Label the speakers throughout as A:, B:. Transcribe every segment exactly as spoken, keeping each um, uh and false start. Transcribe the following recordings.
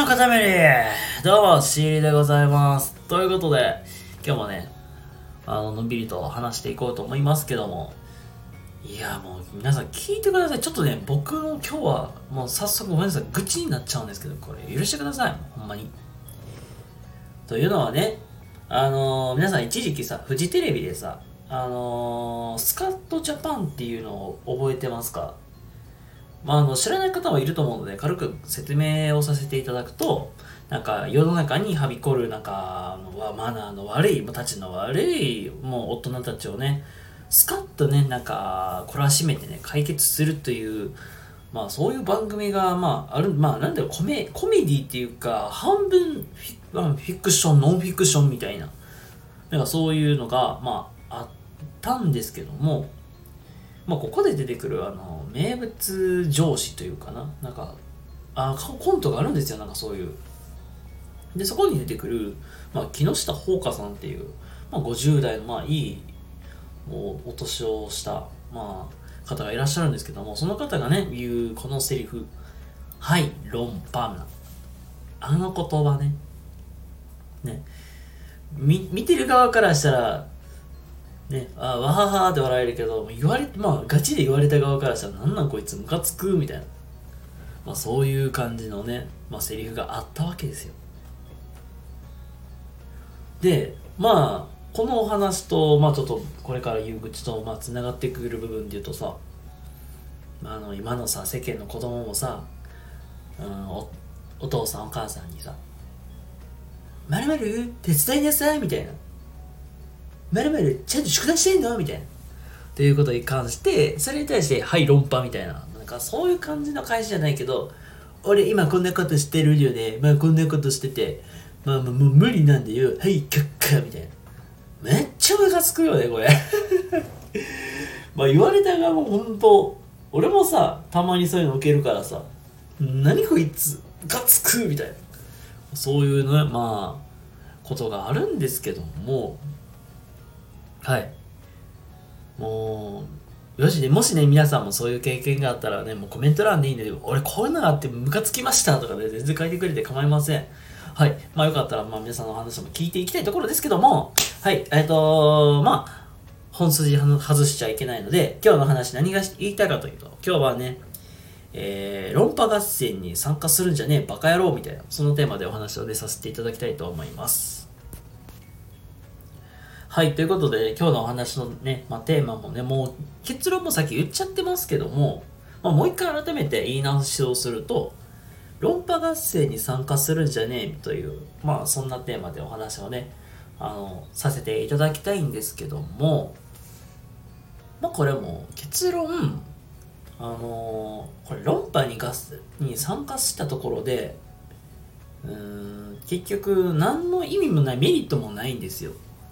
A: の固めりどうも、シーリでございます。ということで、今日もね、あの、のんびりと話していこうと思いますけども、いや、もう皆さん聞いてください。ちょっとね、僕の今日は、もう早速ごめんなさい、愚痴になっちゃうんですけど、これ許してください。ほんまに。というのはね、あのー、皆さん一時期さ、フジテレビでさ、あのー、スカットジャパンっていうのを覚えてますか？まあ、あの知らない方もいると思うので軽く説明をさせていただくと、なんか世の中にはびこるなんかあのマナーの悪い、たちの悪いもう大人たちをね、スカッとね、なんか懲らしめてね解決するという、まあそういう番組がまあある、まあなんだろう、コメコメディっていうか半分フィ、フィクションノンフィクションみたいな、なんかそういうのがまああったんですけども、まあ、ここで出てくるあの名物上司というかな、なんかあコントがあるんですよ、なんかそういう。でそこに出てくる、まあ、木下ほうかさんっていう、まあ、ごじゅう代のまあいいもうお年をした、まあ、方がいらっしゃるんですけども、その方がね言うこのセリフ、はい論破な、あの言葉ねね、み見てる側からしたらね、あわははって笑えるけど、言われまあガチで言われた側からしたらなんなんこいつムカつくみたいな、まあそういう感じのね、まあセリフがあったわけですよ。でまあこのお話とまあちょっとこれから言う口とまあつながってくる部分で言うとさ、まあ、あの今のさ世間の子供もさ、うん、お, お父さんお母さんにさ「まるまる手伝いなさい」みたいな「まるまるちゃんと宿題してんの?」みたいなということに関して、それに対してはい論破みたいな、なんかそういう感じの返しじゃないけど、俺今こんなことしてるよね、まあこんなことしてて、まあもう無理なんだよ、はい却下みたいな、めっちゃムカつくよねこれまあ言われた側も本当、俺もさたまにそういうの受けるからさ、何こいつムカつくみたいな、そういうねまあことがあるんですけども、はい、もうよしね、もしね皆さんもそういう経験があったらね、もうコメント欄でいいんで、俺こういうのがあってムカつきましたとかね、全然書いてくれて構いません。はい、まあよかったらまあ皆さんの話も聞いていきたいところですけども、はい、えっ、ー、とまあ本筋外しちゃいけないので、今日の話何が言いたいかというと、今日はね、えー、論破合戦に参加するんじゃねえバカ野郎みたいな、そのテーマでお話をねさせていただきたいと思います。はい、ということで今日のお話のね、まあ、テーマもね、もう結論もさっき言っちゃってますけども、まあ、もう一回改めて言い直しをすると、論破合戦に参加するんじゃねえという、まあそんなテーマでお話をね、あのさせていただきたいんですけども、まあこれも結論、あのー、これ論破に合戦に参加したところで、うーん結局何の意味もないメリットもないんですよ。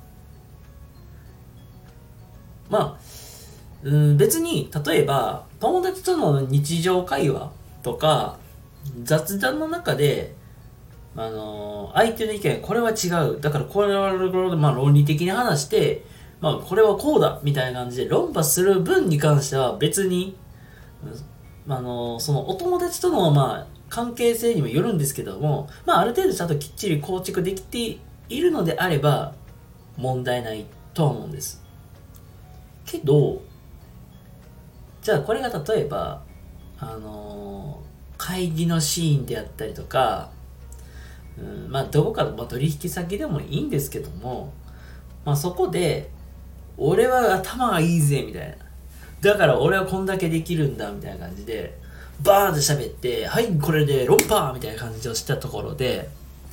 A: まあ、うん、別に例えば友達との日常会話とか雑談の中で、あのー、相手の意見これは違う、だからこれは、まあ、論理的に話して、まあ、これはこうだみたいな感じで論破する分に関しては別に、あのー、そのお友達とのまあ関係性にもよるんですけども、まあ、ある程度ちゃんときっちり構築できているのであれば問題ないとは思うんです。けどじゃあこれが例えばあのー、会議のシーンであったりとか、うん、まあどこかの、まあ、取引先でもいいんですけども、まあそこで俺は頭がいいぜみたいな、だから俺はこんだけできるんだみたいな感じでバーンと喋って、はいこれで論破みたいな感じをしたところで、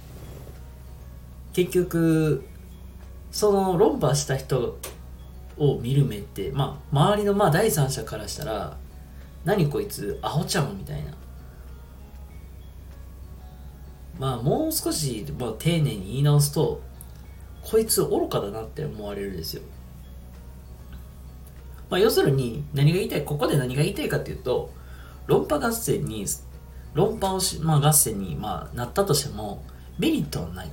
A: 結局その論破した人を見る目って、まあ、周りのまあ第三者からしたら何こいつアホちゃんみたいな、まあもう少し、まあ、丁寧に言い直すとこいつ愚かだなって思われるんですよ。まあ要するに何が言いたい、ここで何が言いたいかっていうと、論破合戦に論破をし、まあ、合戦に、まあ、なったとしてもメリットはない。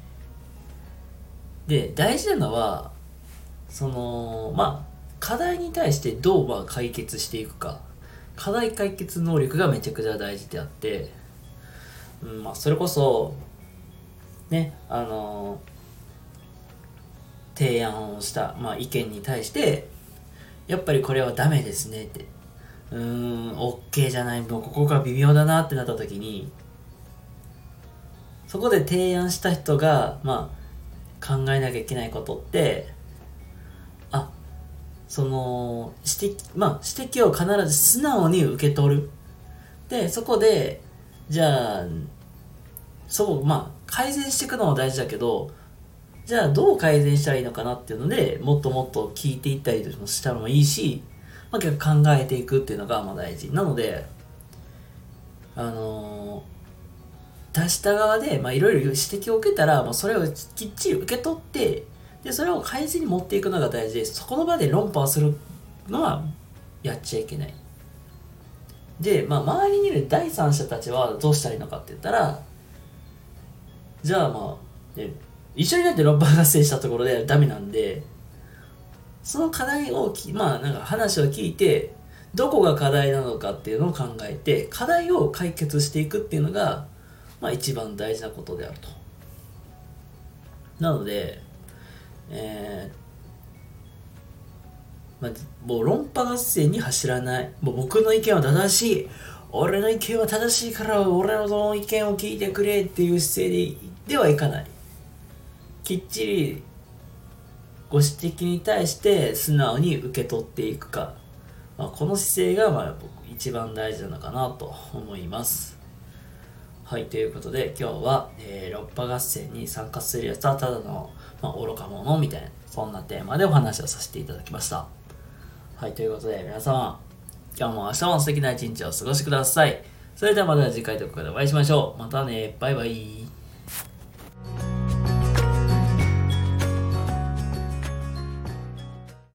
A: で大事なのはそのまあ課題に対してどうまあ解決していくか、課題解決能力がめちゃくちゃ大事であって、 うんまあ、それこそねあのー提案をした、まあ、意見に対してやっぱりこれはダメですねってうーん OK じゃない、もうここが微妙だなってなった時に、そこで提案した人がまあ考えなきゃいけないことって、あその指摘まあ指摘を必ず素直に受け取る。でそこでじゃあそうまあ改善していくのも大事だけど、じゃあどう改善したらいいのかなっていうのでもっともっと聞いていったりもしたらもいいし、まあ、結構考えていくっていうのがまあ大事なので、あのー、出した側でいろいろ指摘を受けたらもうそれをきっちり受け取って、でそれを改善に持っていくのが大事で、そこの場で論破をするのはやっちゃいけない。で、まあ、周りにいる第三者たちはどうしたらいいのかって言ったら、じゃあまあ、ね、一緒になって論破合戦したところでダメなんで、その課題をき、まあなんか話を聞いて、どこが課題なのかっていうのを考えて、課題を解決していくっていうのが、まあ一番大事なことであると。なので、えー、まあ、もう論破合戦に走らない。もう僕の意見は正しい。俺の意見は正しいから俺のその意見を聞いてくれっていう姿勢でではいかない。きっちりご指摘に対して素直に受け取っていくか、まあ、この姿勢がまあ僕一番大事なのかなと思います。はい、ということで今日は、えー、論破合戦に参加するやつはただの、まあ、愚か者みたいなそんなテーマでお話をさせていただきました。はい、ということで皆様今日も明日も素敵な一日をお過ごしください。それではまた次回ということでお会いしましょう。またね、バイバイ。